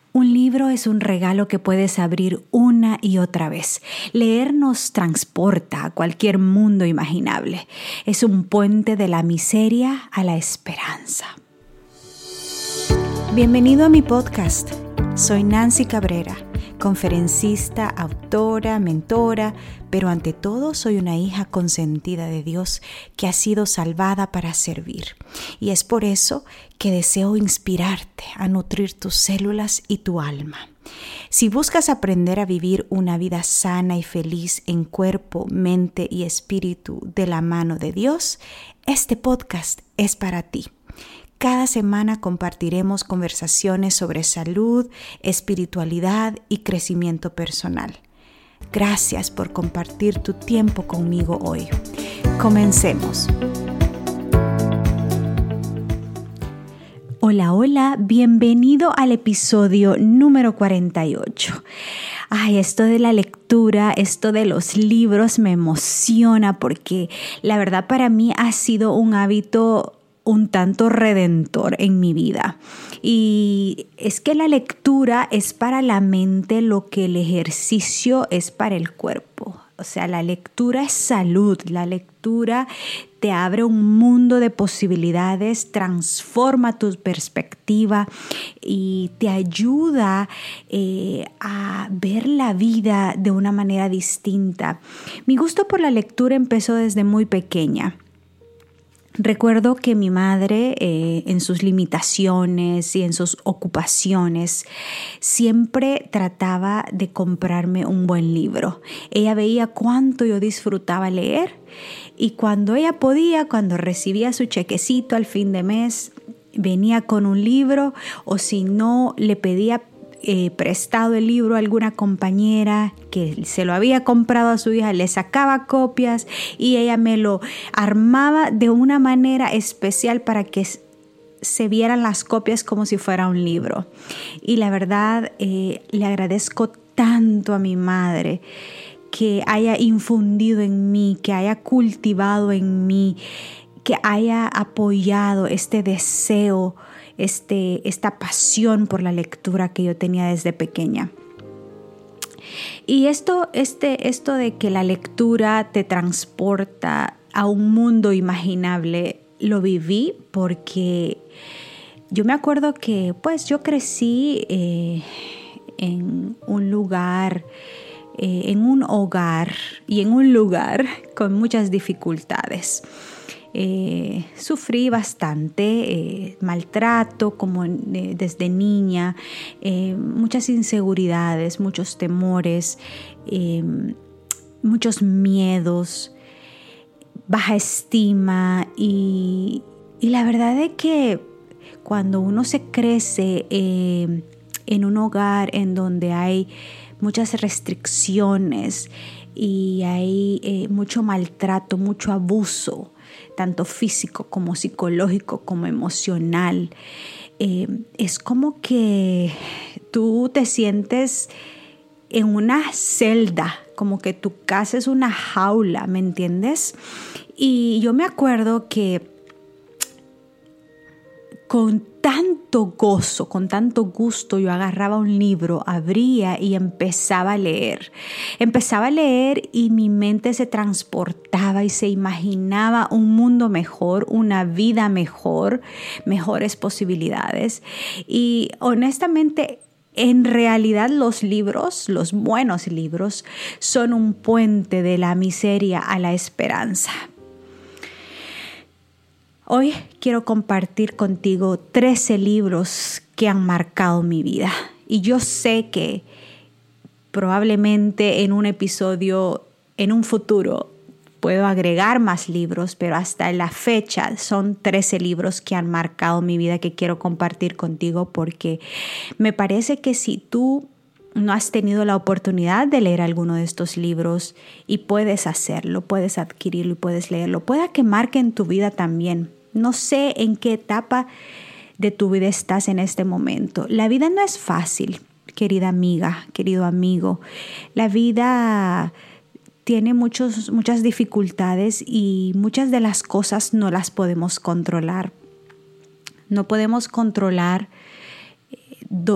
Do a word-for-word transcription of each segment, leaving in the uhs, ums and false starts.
Un libro es un regalo que puedes abrir una y otra vez. Leer nos transporta a cualquier mundo imaginable. Es un puente de la miseria a la esperanza. Bienvenido a mi podcast. Soy Nancy Cabrera, conferencista, autora, mentora, pero ante todo soy una hija consentida de Dios que ha sido salvada para servir. Y es por eso que deseo inspirarte a nutrir tus células y tu alma. Si buscas aprender a vivir una vida sana y feliz en cuerpo, mente y espíritu de la mano de Dios, este podcast es para ti. Cada semana compartiremos conversaciones sobre salud, espiritualidad y crecimiento personal. Gracias por compartir tu tiempo conmigo hoy. Comencemos. Hola, hola, bienvenido al episodio número cuarenta y ocho. Ay, esto de la lectura, esto de los libros me emociona porque la verdad para mí ha sido un hábito un tanto redentor en mi vida. Y es que la lectura es para la mente lo que el ejercicio es para el cuerpo. O sea, la lectura es salud, la lectura te abre un mundo de posibilidades, transforma tu perspectiva y te ayuda eh, a ver la vida de una manera distinta. Mi gusto por la lectura empezó desde muy pequeña. Recuerdo que mi madre, eh, en sus limitaciones y en sus ocupaciones, siempre trataba de comprarme un buen libro. Ella veía cuánto yo disfrutaba leer y cuando ella podía, cuando recibía su chequecito al fin de mes, venía con un libro o si no, le pedía Eh, prestado el libro a alguna compañera que se lo había comprado a su hija, le sacaba copias y ella me lo armaba de una manera especial para que se vieran las copias como si fuera un libro. Y la verdad, eh, le agradezco tanto a mi madre que haya infundido en mí, que haya cultivado en mí, que haya apoyado este deseo, Este, esta pasión por la lectura que yo tenía desde pequeña. Y esto, este, esto de que la lectura te transporta a un mundo imaginable, lo viví porque yo me acuerdo que pues yo crecí eh, en un lugar, eh, en un hogar y en un lugar con muchas dificultades. Eh, sufrí bastante eh, maltrato como eh, desde niña, eh, muchas inseguridades, muchos temores, eh, muchos miedos, baja estima y, y la verdad es que cuando uno se crece eh, en un hogar en donde hay muchas restricciones y hay eh, mucho maltrato, mucho abuso, tanto físico como psicológico como emocional. Eh, es como que tú te sientes en una celda, como que tu casa es una jaula, ¿me entiendes? Y yo me acuerdo que con tanto gozo, con tanto gusto, yo agarraba un libro, abría y empezaba a leer. Empezaba a leer y mi mente se transportaba y se imaginaba un mundo mejor, una vida mejor, mejores posibilidades. Y honestamente, en realidad los libros, los buenos libros, son un puente de la miseria a la esperanza. Hoy quiero compartir contigo trece libros que han marcado mi vida. Y yo sé que probablemente en un episodio, en un futuro, puedo agregar más libros, pero hasta la fecha son trece libros que han marcado mi vida que quiero compartir contigo porque me parece que si tú no has tenido la oportunidad de leer alguno de estos libros y puedes hacerlo, puedes adquirirlo y puedes leerlo, pueda que marque en tu vida también. No sé en qué etapa de tu vida estás en este momento. La vida no es fácil, querida amiga, querido amigo. La vida tiene muchos, muchas dificultades y muchas de las cosas no las podemos controlar. No podemos controlar do,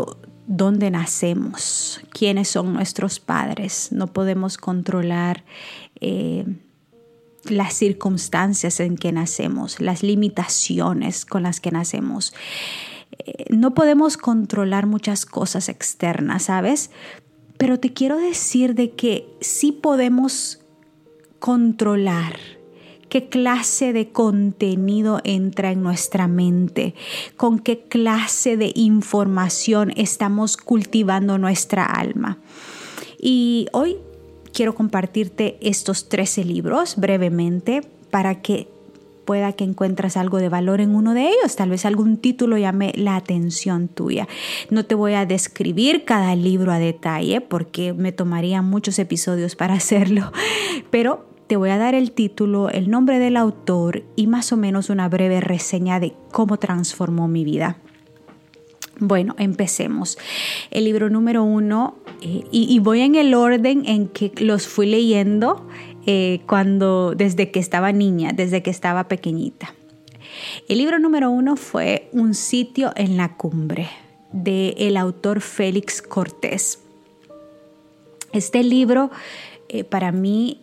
dónde nacemos, quiénes son nuestros padres. No podemos controlar eh, las circunstancias en que nacemos, las limitaciones con las que nacemos. Eh, no podemos controlar muchas cosas externas, ¿sabes? Pero te quiero decir de que sí podemos controlar qué clase de contenido entra en nuestra mente, con qué clase de información estamos cultivando nuestra alma. Y hoy quiero compartirte estos trece libros brevemente para que pueda que encuentres algo de valor en uno de ellos. Tal vez algún título llame la atención tuya. No te voy a describir cada libro a detalle porque me tomaría muchos episodios para hacerlo, pero te voy a dar el título, el nombre del autor y más o menos una breve reseña de cómo transformó mi vida. Bueno, empecemos. El libro número uno, eh, y, y voy en el orden en que los fui leyendo eh, cuando, desde que estaba niña, desde que estaba pequeñita. El libro número uno fue Un sitio en la cumbre, del autor Félix Cortés. Este libro eh, para mí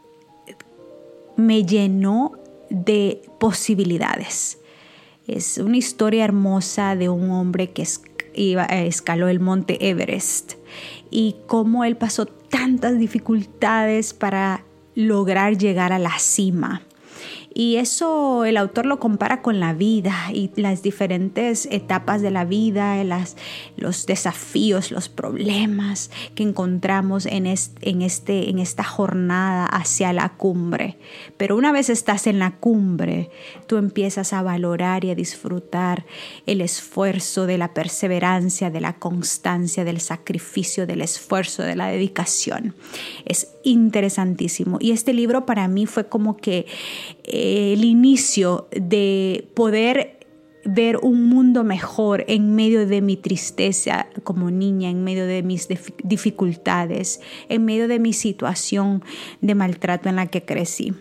me llenó de posibilidades. Es una historia hermosa de un hombre que es, iba, escaló el monte Everest y cómo él pasó tantas dificultades para lograr llegar a la cima. Y eso el autor lo compara con la vida y las diferentes etapas de la vida, las, los desafíos, los problemas que encontramos en, este, en, este, en esta jornada hacia la cumbre. Pero una vez estás en la cumbre, tú empiezas a valorar y a disfrutar el esfuerzo de la perseverancia, de la constancia, del sacrificio, del esfuerzo, de la dedicación. Es interesantísimo. Y este libro para mí fue como que el inicio de poder ver un mundo mejor en medio de mi tristeza como niña, en medio de mis dificultades, en medio de mi situación de maltrato en la que crecí.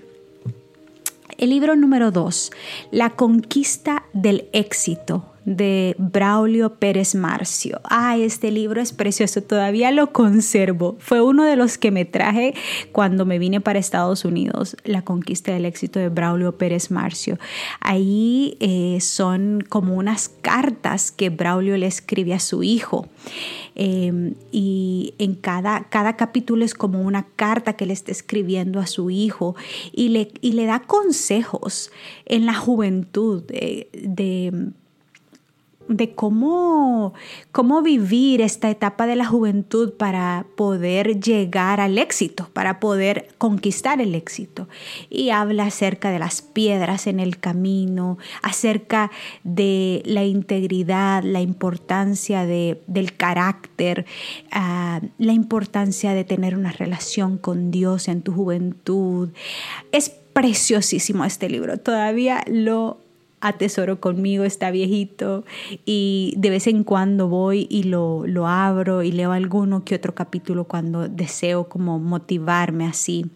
El libro número dos, La conquista del éxito, de Braulio Pérez Marcio. Ah, este libro es precioso, todavía lo conservo. Fue uno de los que me traje cuando me vine para Estados Unidos, La conquista del éxito de Braulio Pérez Marcio. Ahí eh, son como unas cartas que Braulio le escribe a su hijo. Eh, y en cada, cada capítulo es como una carta que le está escribiendo a su hijo y le, y le da consejos en la juventud de, de de cómo, cómo vivir esta etapa de la juventud para poder llegar al éxito, para poder conquistar el éxito. Y habla acerca de las piedras en el camino, acerca de la integridad, la importancia de, del carácter, uh, la importancia de tener una relación con Dios en tu juventud. Es preciosísimo este libro, todavía lo atesoro conmigo, está viejito y de vez en cuando voy y lo, lo abro y leo alguno que otro capítulo cuando deseo como motivarme así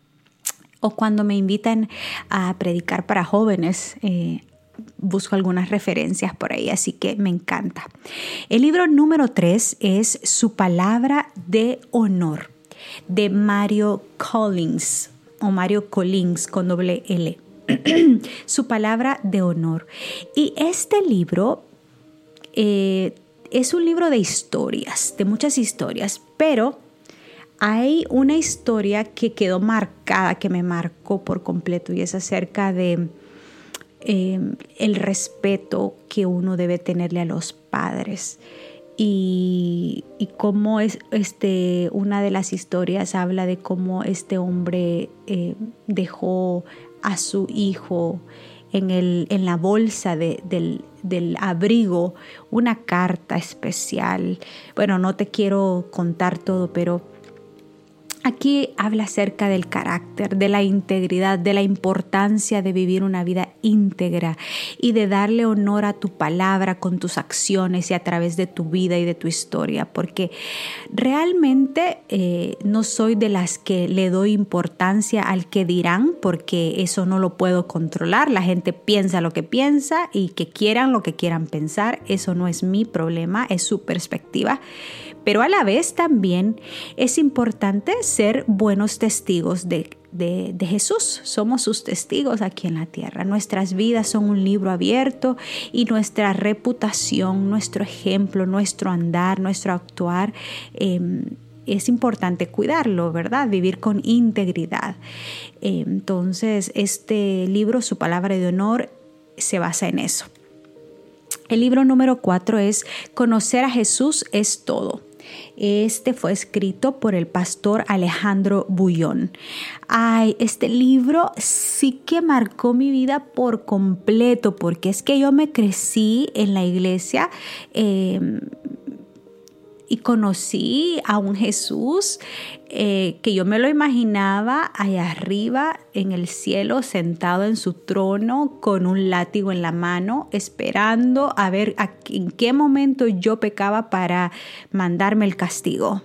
o cuando me invitan a predicar para jóvenes. Eh, busco algunas referencias por ahí, así que me encanta. El libro número tres es Su palabra de honor, de Mario Collins o Mario Collins con doble L. Su palabra de honor. Y este libro eh, es un libro de historias, de muchas historias, pero hay una historia que quedó marcada, que me marcó por completo, y es acerca de eh, el respeto que uno debe tenerle a los padres. Y, y cómo es este, una de las historias habla de cómo este hombre eh, dejó a su hijo en, el, en la bolsa de, del, del abrigo una carta especial. Bueno, no te quiero contar todo, pero Aquí habla acerca del carácter, de la integridad, de la importancia de vivir una vida íntegra y de darle honor a tu palabra con tus acciones y a través de tu vida y de tu historia, porque realmente eh, no soy de las que le doy importancia al que dirán, porque eso no lo puedo controlar. La gente piensa lo que piensa y que quieran lo que quieran pensar. Eso no es mi problema, es su perspectiva. Pero a la vez también es importante ser buenos testigos de, de, de Jesús. Somos sus testigos aquí en la tierra. Nuestras vidas son un libro abierto y nuestra reputación, nuestro ejemplo, nuestro andar, nuestro actuar, eh, es importante cuidarlo, ¿verdad? Vivir con integridad. Eh, entonces, este libro, Su Palabra de Honor, se basa en eso. El libro número cuatro es Conocer a Jesús es todo. Este fue escrito por el pastor Alejandro Bullón. Ay, este libro sí que marcó mi vida por completo, porque es que yo me crecí en la iglesia eh, y conocí a un Jesús eh, que yo me lo imaginaba allá arriba en el cielo, sentado en su trono con un látigo en la mano, esperando a ver a, en qué momento yo pecaba para mandarme el castigo.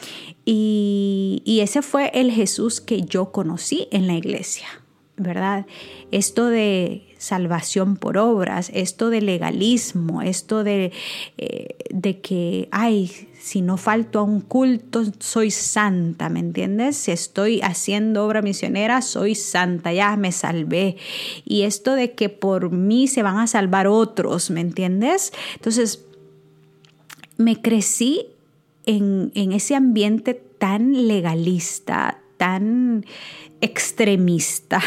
Y, y ese fue el Jesús que yo conocí en la iglesia, ¿verdad? Esto de salvación por obras, esto de legalismo, esto de, eh, de que, ay, si no falto a un culto, soy santa, ¿me entiendes? Si estoy haciendo obra misionera, soy santa, ya me salvé. Y esto de que por mí se van a salvar otros, ¿me entiendes? Entonces, me crecí en, en ese ambiente tan legalista, tan extremista,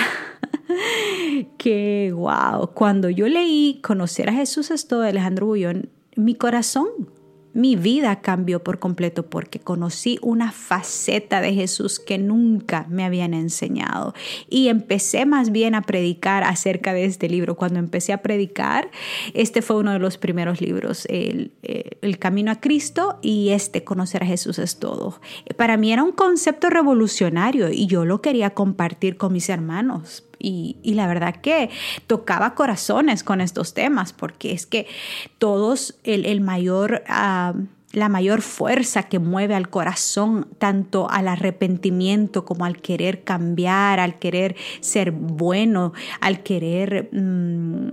que wow, cuando yo leí Conocer a Jesús es todo de Alejandro Bullón, mi corazón, mi vida cambió por completo, porque conocí una faceta de Jesús que nunca me habían enseñado y empecé más bien a predicar acerca de este libro. Cuando empecé a predicar, este fue uno de los primeros libros, el, el Camino a Cristo, y este Conocer a Jesús es todo. Para mí era un concepto revolucionario y yo lo quería compartir con mis hermanos. Y, y la verdad que tocaba corazones con estos temas, porque es que todos, el, el mayor, uh, la mayor fuerza que mueve al corazón, tanto al arrepentimiento como al querer cambiar, al querer ser bueno, al querer um,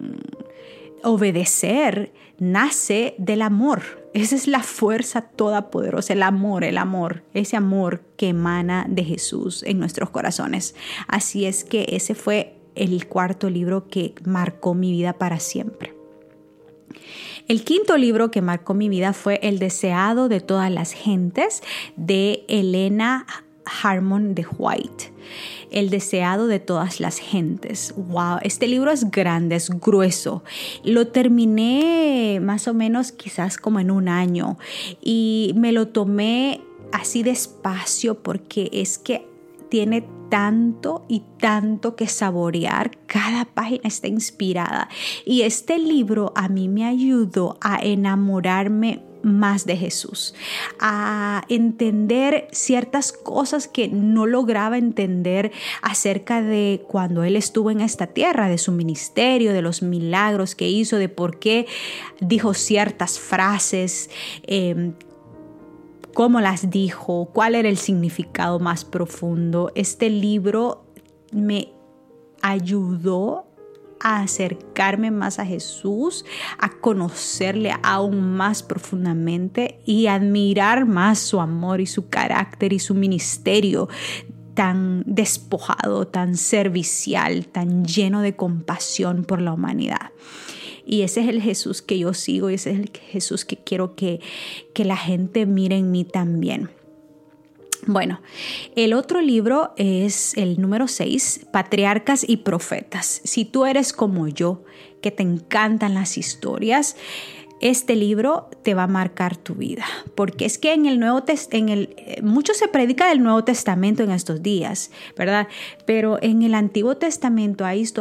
obedecer, nace del amor. Esa es la fuerza todopoderosa, el amor, el amor, ese amor que emana de Jesús en nuestros corazones. Así es que ese fue el cuarto libro que marcó mi vida para siempre. El quinto libro que marcó mi vida fue El deseado de todas las gentes, de Elena Harmon de White. El deseado de todas las gentes. Wow, este libro es grande, es grueso. Lo terminé más o menos quizás como en un año y me lo tomé así despacio, porque es que tiene tanto y tanto que saborear. Cada página está inspirada y este libro a mí me ayudó a enamorarme más de Jesús, a entender ciertas cosas que no lograba entender acerca de cuando Él estuvo en esta tierra, de su ministerio, de los milagros que hizo, de por qué dijo ciertas frases, eh, cómo las dijo, cuál era el significado más profundo. Este libro me ayudó a acercarme más a Jesús, a conocerle aún más profundamente y admirar más su amor y su carácter y su ministerio tan despojado, tan servicial, tan lleno de compasión por la humanidad. Y ese es el Jesús que yo sigo y ese es el Jesús que quiero que, que la gente mire en mí también. Bueno, el otro libro es el número seis, Patriarcas y Profetas. Si tú eres como yo, que te encantan las historias, este libro te va a marcar tu vida, porque es que en el Nuevo Test- en el mucho se predica del Nuevo Testamento en estos días, ¿verdad? Pero en el Antiguo Testamento hay historias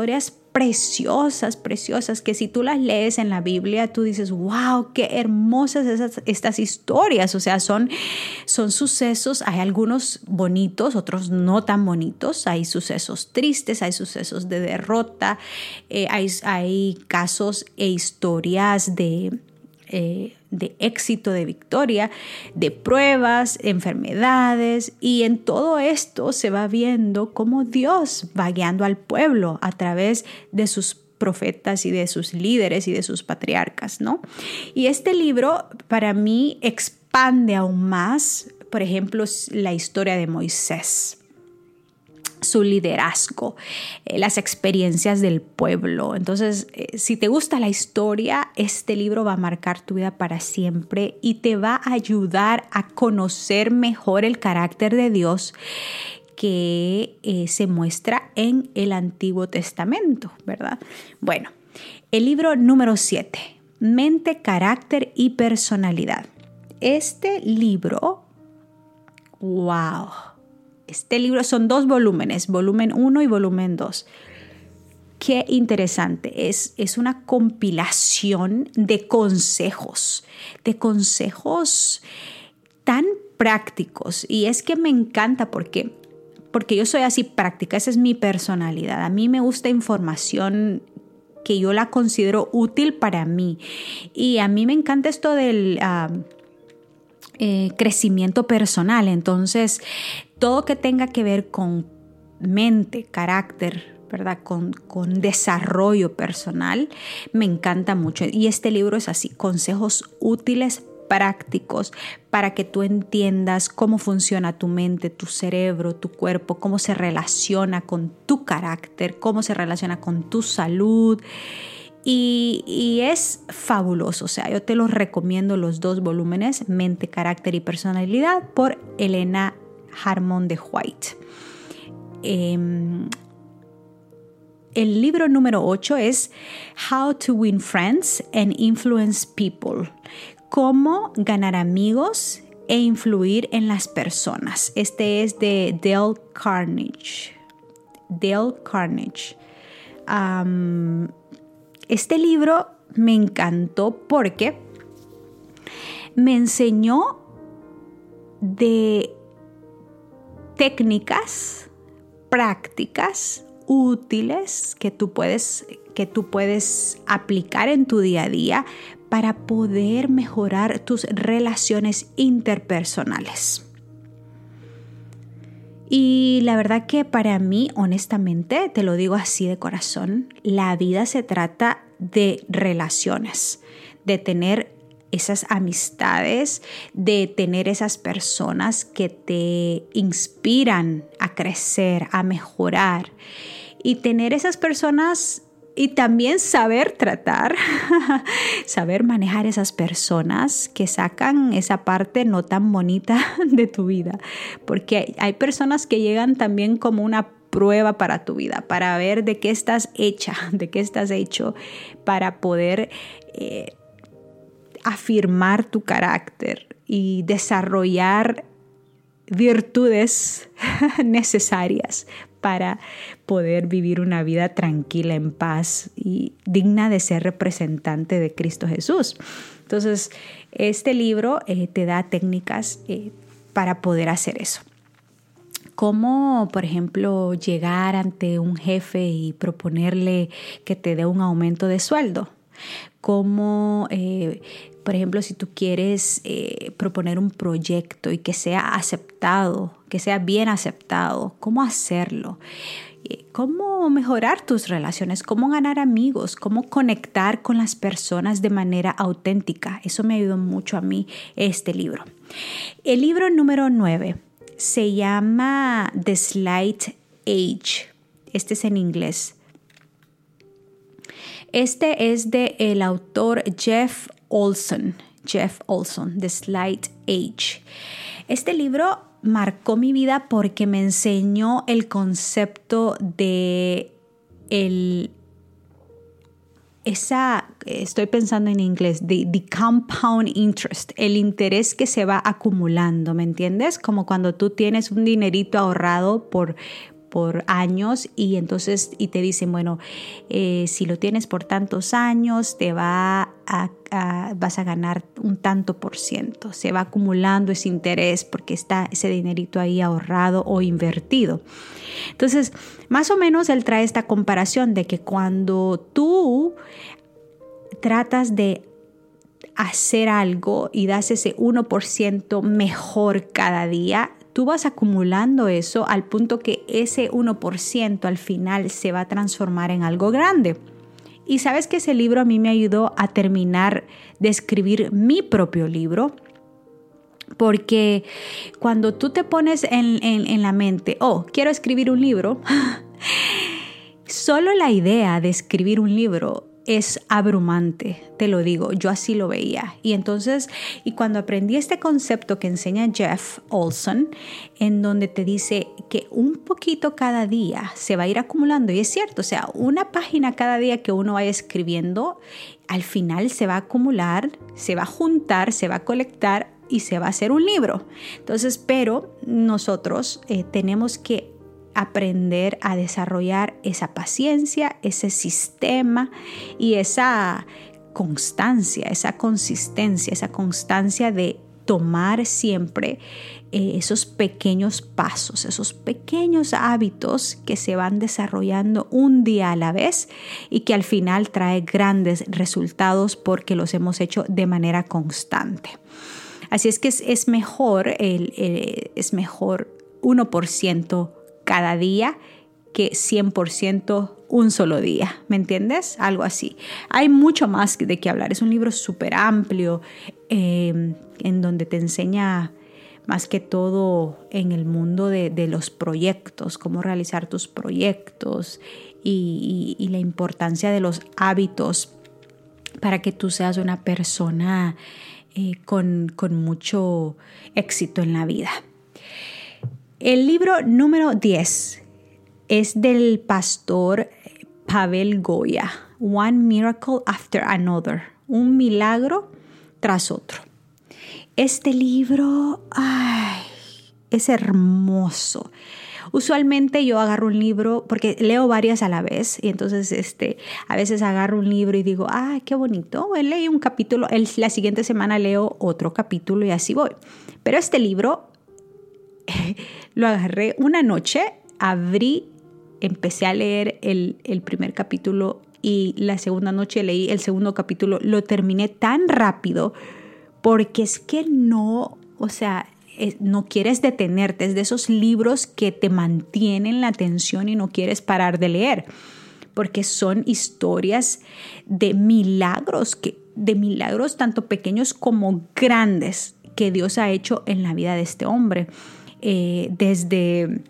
preciosas, preciosas, que si tú las lees en la Biblia, tú dices, wow, qué hermosas esas, estas historias. O sea, son, son sucesos, hay algunos bonitos, otros no tan bonitos, hay sucesos tristes, hay sucesos de derrota, eh, hay, hay casos e historias de... Eh, de éxito, de victoria, de pruebas, enfermedades, y en todo esto se va viendo cómo Dios va guiando al pueblo a través de sus profetas y de sus líderes y de sus patriarcas, ¿no? Y este libro para mí expande aún más, por ejemplo, la historia de Moisés, su liderazgo, eh, las experiencias del pueblo. Entonces, eh, si te gusta la historia, este libro va a marcar tu vida para siempre y te va a ayudar a conocer mejor el carácter de Dios que eh, se muestra en el Antiguo Testamento, ¿verdad? Bueno, el libro número siete, Mente, Carácter y Personalidad. Este libro, wow. Este libro son dos volúmenes, volumen uno y volumen dos. Qué interesante, es, es una compilación de consejos, de consejos tan prácticos. Y es que me encanta porque, porque yo soy así práctica, esa es mi personalidad. A mí me gusta información que yo la considero útil para mí. Y a mí me encanta esto del... Uh, Eh, crecimiento personal. Entonces, todo que tenga que ver con mente, carácter, ¿verdad? Con, con desarrollo personal, me encanta mucho. Y este libro es así, consejos útiles, prácticos, para que tú entiendas cómo funciona tu mente, tu cerebro, tu cuerpo, cómo se relaciona con tu carácter, cómo se relaciona con tu salud. Y, y es fabuloso, o sea, yo te los recomiendo los dos volúmenes, Mente, Carácter y Personalidad, por Elena Harmon de White. Eh, el libro número ocho es How to Win Friends and Influence People, Cómo ganar amigos e influir en las personas. Este es de Dale Carnegie. Dale Carnegie. Um, Este libro me encantó porque me enseñó de técnicas, prácticas útiles que tú puedes, que tú puedes aplicar en tu día a día para poder mejorar tus relaciones interpersonales. Y la verdad que para mí, honestamente, te lo digo así de corazón, la vida se trata de relaciones, de tener esas amistades, de tener esas personas que te inspiran a crecer, a mejorar, y tener esas personas y también saber tratar, saber manejar esas personas que sacan esa parte no tan bonita de tu vida. Porque hay personas que llegan también como una prueba para tu vida, para ver de qué estás hecha, de qué estás hecho, para poder eh, afirmar tu carácter y desarrollar virtudes necesarias para poder vivir una vida tranquila, en paz y digna de ser representante de Cristo Jesús. Entonces, este libro eh, te da técnicas eh, para poder hacer eso. Cómo, por ejemplo, llegar ante un jefe y proponerle que te dé un aumento de sueldo. Cómo, eh, por ejemplo, si tú quieres eh, proponer un proyecto y que sea aceptado, que sea bien aceptado, cómo hacerlo, cómo mejorar tus relaciones, cómo ganar amigos, cómo conectar con las personas de manera auténtica. Eso me ayudó mucho a mí este libro. El libro número nueve se llama The Slight Age. Este es en inglés. Este es de el autor Jeff Olson. Jeff Olson, The Slight Age. Este libro marcó mi vida porque me enseñó el concepto de el, esa, estoy pensando en inglés, the, the compound interest, el interés que se va acumulando, ¿me entiendes? Como cuando tú tienes un dinerito ahorrado por por años y entonces y te dicen, bueno, eh, si lo tienes por tantos años, te va a, a, vas a ganar un tanto por ciento. Se va acumulando ese interés porque está ese dinerito ahí ahorrado o invertido. Entonces, más o menos él trae esta comparación de que cuando tú tratas de hacer algo y das ese uno por ciento mejor cada día, tú vas acumulando eso al punto que ese uno por ciento al final se va a transformar en algo grande. Y sabes que ese libro a mí me ayudó a terminar de escribir mi propio libro, porque cuando tú te pones en, en, en la mente, oh, quiero escribir un libro, solo la idea de escribir un libro es abrumante, te lo digo, yo así lo veía. Y entonces, y cuando aprendí este concepto que enseña Jeff Olson, en donde te dice que un poquito cada día se va a ir acumulando, y es cierto, o sea, una página cada día que uno vaya escribiendo, al final se va a acumular, se va a juntar, se va a colectar y se va a hacer un libro. Entonces, pero nosotros eh, tenemos que aprender a desarrollar esa paciencia, ese sistema y esa constancia, esa consistencia, esa constancia de tomar siempre eh, esos pequeños pasos, esos pequeños hábitos que se van desarrollando un día a la vez y que al final trae grandes resultados porque los hemos hecho de manera constante. Así es que es, es mejor, el, el, es mejor uno por ciento cada día que cien por ciento un solo día, ¿me entiendes? Algo así. Hay mucho más de qué hablar. Es un libro súper amplio eh, en donde te enseña más que todo en el mundo de, de los proyectos, cómo realizar tus proyectos y, y, y la importancia de los hábitos para que tú seas una persona eh, con, con mucho éxito en la vida. El libro número diez es del pastor Pavel Goya, One Miracle After Another, un milagro tras otro. Este libro ay, es hermoso. Usualmente yo agarro un libro, porque leo varias a la vez, y entonces este, a veces agarro un libro y digo, ¡ay, qué bonito! Leí un capítulo, el, la siguiente semana leo otro capítulo y así voy. Pero este libro lo agarré una noche, abrí, empecé a leer el, el primer capítulo y la segunda noche leí el segundo capítulo. Lo terminé tan rápido porque es que no, o sea, es, no quieres detenerte. Es de esos libros que te mantienen la atención y no quieres parar de leer porque son historias de milagros, que, de milagros tanto pequeños como grandes que Dios ha hecho en la vida de este hombre. Eh, desde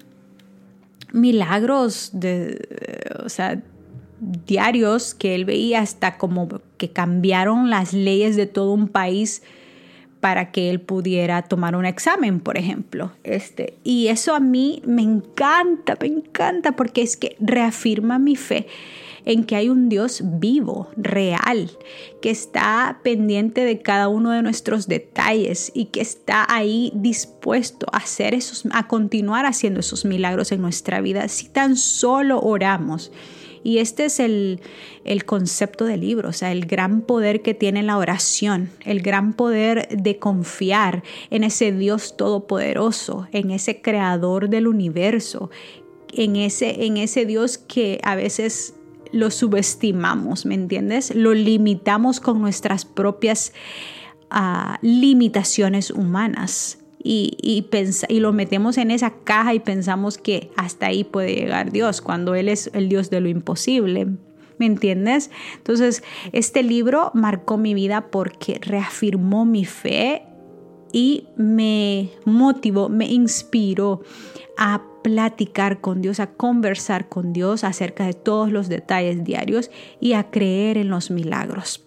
milagros de, o sea, diarios que él veía hasta como que cambiaron las leyes de todo un país para que él pudiera tomar un examen, por ejemplo. Este, y eso a mí me encanta, me encanta porque es que reafirma mi fe en que hay un Dios vivo, real, que está pendiente de cada uno de nuestros detalles y que está ahí dispuesto a hacer esos, a continuar haciendo esos milagros en nuestra vida si tan solo oramos. Y este es el, el concepto del libro, o sea, el gran poder que tiene la oración, el gran poder de confiar en ese Dios todopoderoso, en ese creador del universo, en ese, en ese Dios que a veces lo subestimamos, ¿me entiendes? Lo limitamos con nuestras propias uh, limitaciones humanas y, y, pensa, y lo metemos en esa caja y pensamos que hasta ahí puede llegar Dios, cuando Él es el Dios de lo imposible, ¿me entiendes? Entonces, este libro marcó mi vida porque reafirmó mi fe y me motivó, me inspiró a platicar con Dios, a conversar con Dios acerca de todos los detalles diarios y a creer en los milagros.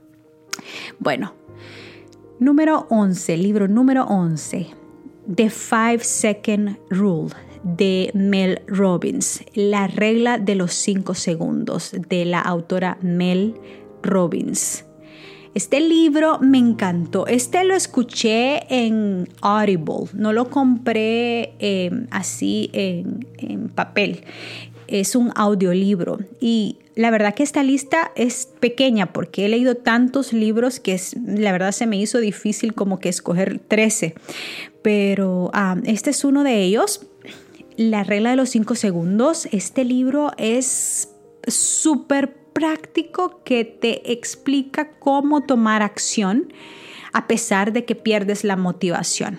Bueno, número once, libro número once, The Five Second Rule de Mel Robbins, la regla de los cinco segundos de la autora Mel Robbins. Este libro me encantó. Este lo escuché en Audible. No lo compré eh, así en, en papel. Es un audiolibro. Y la verdad que esta lista es pequeña porque he leído tantos libros que es, la verdad se me hizo difícil como que escoger trece. Pero um, este es uno de ellos. La regla de los cinco segundos. Este libro es súper práctico que te explica cómo tomar acción a pesar de que pierdes la motivación.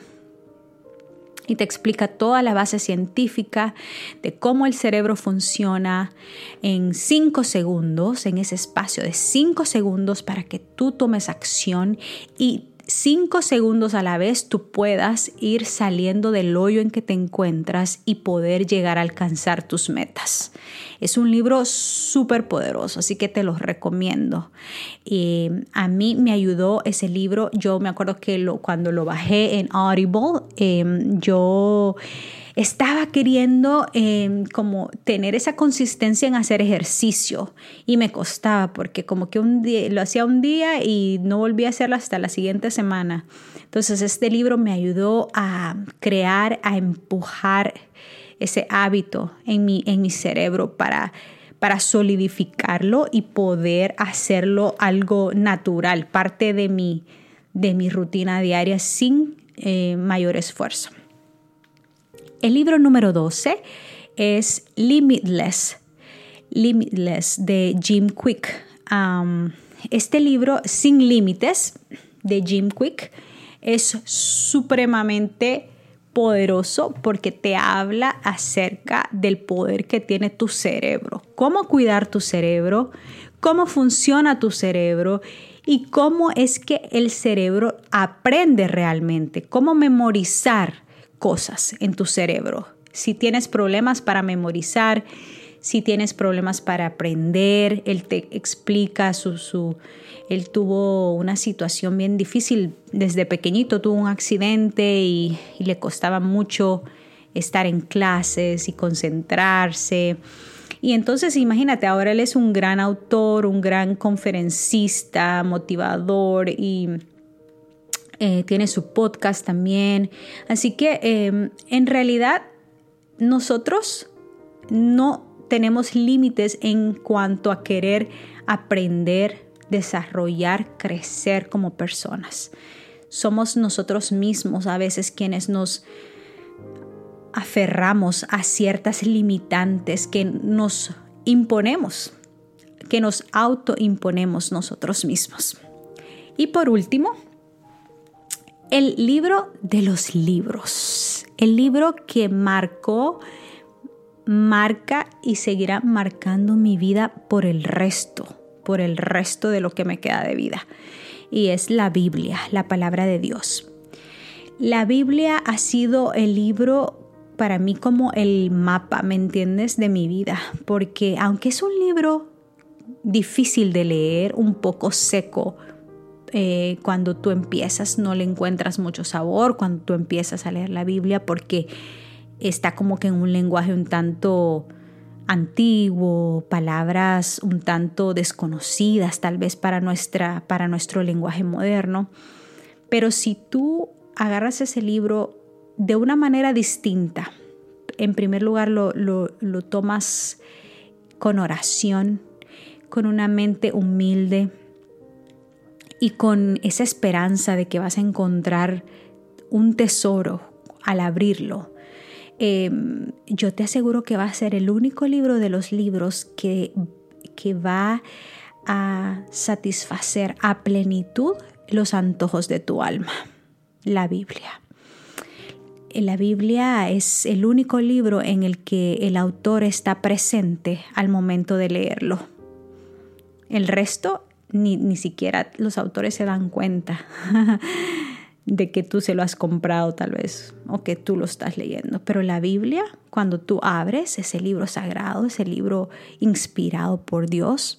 Y te explica toda la base científica de cómo el cerebro funciona en cinco segundos, en ese espacio de cinco segundos para que tú tomes acción y cinco segundos a la vez tú puedas ir saliendo del hoyo en que te encuentras y poder llegar a alcanzar tus metas. Es un libro súper poderoso, así que te lo recomiendo. Y a mí me ayudó ese libro. Yo me acuerdo que lo, cuando lo bajé en Audible, eh, yo estaba queriendo eh, como tener esa consistencia en hacer ejercicio y me costaba porque como que un día, lo hacía un día y no volví a hacerlo hasta la siguiente semana. Entonces este libro me ayudó a crear, a empujar ese hábito en mi, en mi cerebro para, para solidificarlo y poder hacerlo algo natural, parte de mi, de mi rutina diaria sin eh, mayor esfuerzo. El libro número doce es Limitless, Limitless de Jim Kwik. Um, este libro, Sin Límites, de Jim Kwik, es supremamente poderoso porque te habla acerca del poder que tiene tu cerebro, cómo cuidar tu cerebro, cómo funciona tu cerebro y cómo es que el cerebro aprende realmente, cómo memorizar cosas en tu cerebro. Si tienes problemas para memorizar, si tienes problemas para aprender, él te explica su, su él tuvo una situación bien difícil desde pequeñito, tuvo un accidente y, y le costaba mucho estar en clases y concentrarse. Y entonces imagínate, ahora él es un gran autor, un gran conferencista, motivador y eh, tiene su podcast también. Así que eh, en realidad nosotros no tenemos límites en cuanto a querer aprender, desarrollar, crecer como personas. Somos nosotros mismos a veces quienes nos aferramos a ciertas limitantes que nos imponemos, que nos autoimponemos nosotros mismos. Y por último, el libro de los libros. El libro que marcó, marca y seguirá marcando mi vida por el resto, por el resto de lo que me queda de vida. Y es la Biblia, la palabra de Dios. La Biblia ha sido el libro para mí como el mapa, ¿me entiendes?, de mi vida. Porque aunque es un libro difícil de leer, un poco seco, eh, cuando tú empiezas no le encuentras mucho sabor, cuando tú empiezas a leer la Biblia, porque está como que en un lenguaje un tanto antiguo, palabras un tanto desconocidas tal vez para, nuestra, para nuestro lenguaje moderno. Pero si tú agarras ese libro de una manera distinta, en primer lugar lo, lo, lo tomas con oración, con una mente humilde y con esa esperanza de que vas a encontrar un tesoro al abrirlo. Eh, yo te aseguro que va a ser el único libro de los libros que, que va a satisfacer a plenitud los antojos de tu alma, la Biblia. La Biblia es el único libro en el que el autor está presente al momento de leerlo. El resto, ni, ni siquiera los autores se dan cuenta de que tú se lo has comprado tal vez o que tú lo estás leyendo. Pero la Biblia, cuando tú abres ese libro sagrado, ese libro inspirado por Dios,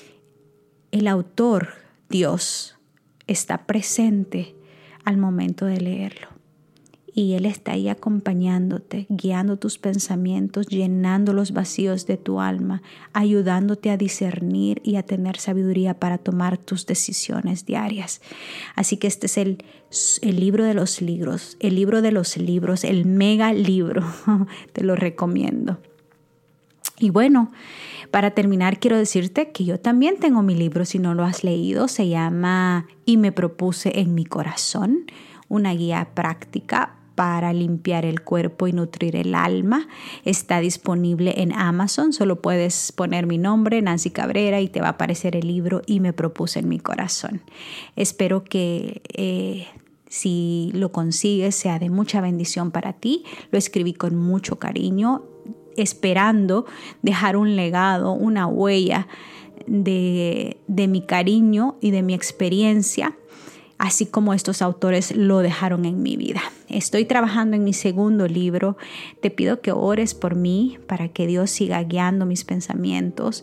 el autor, Dios, está presente al momento de leerlo. Y Él está ahí acompañándote, guiando tus pensamientos, llenando los vacíos de tu alma, ayudándote a discernir y a tener sabiduría para tomar tus decisiones diarias. Así que este es el, el libro de los libros, el libro de los libros, el mega libro. Te lo recomiendo. Y bueno, para terminar quiero decirte que yo también tengo mi libro, si no lo has leído, se llama Y me propuse en mi corazón, una guía práctica para limpiar el cuerpo y nutrir el alma. Está disponible en Amazon, solo puedes poner mi nombre, Nancy Cabrera, y te va a aparecer el libro Y me propuse en mi corazón. Espero que eh, si lo consigues sea de mucha bendición para ti. Lo escribí con mucho cariño, esperando dejar un legado, una huella de, de mi cariño y de mi experiencia, así como estos autores lo dejaron en mi vida. Estoy trabajando en mi segundo libro. Te pido que ores por mí para que Dios siga guiando mis pensamientos,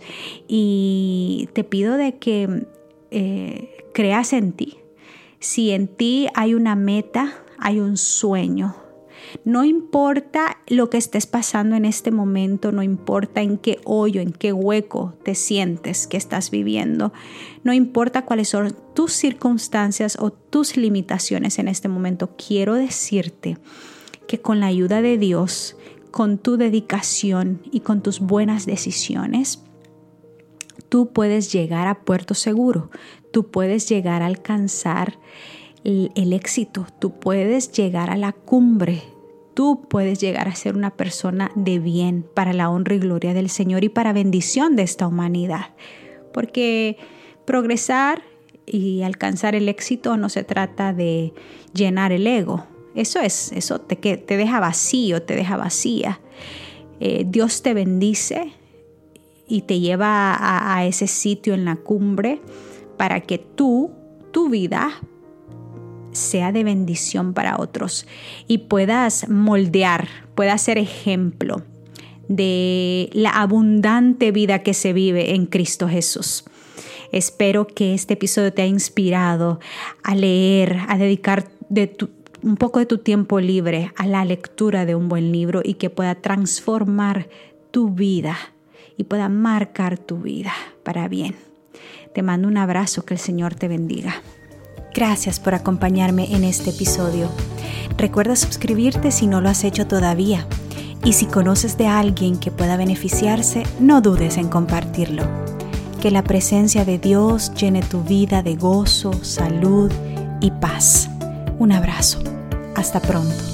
y te pido de que eh, creas en ti. Si en ti hay una meta, hay un sueño. No importa lo que estés pasando en este momento, no importa en qué hoyo, en qué hueco te sientes que estás viviendo, no importa cuáles son tus circunstancias o tus limitaciones en este momento, quiero decirte que con la ayuda de Dios, con tu dedicación y con tus buenas decisiones, tú puedes llegar a puerto seguro, tú puedes llegar a alcanzar el, el éxito, tú puedes llegar a la cumbre. Tú puedes llegar a ser una persona de bien para la honra y gloria del Señor y para bendición de esta humanidad. Porque progresar y alcanzar el éxito no se trata de llenar el ego. Eso es, eso te, te deja vacío, te deja vacía. Eh, Dios te bendice y te lleva a, a ese sitio en la cumbre para que tú, tu vida, sea de bendición para otros y puedas moldear, puedas ser ejemplo de la abundante vida que se vive en Cristo Jesús. Espero que este episodio te haya inspirado a leer, a dedicar de tu, un poco de tu tiempo libre a la lectura de un buen libro y que pueda transformar tu vida y pueda marcar tu vida para bien. Te mando un abrazo, que el Señor te bendiga. Gracias por acompañarme en este episodio. Recuerda suscribirte si no lo has hecho todavía. Y si conoces de alguien que pueda beneficiarse, no dudes en compartirlo. Que la presencia de Dios llene tu vida de gozo, salud y paz. Un abrazo. Hasta pronto.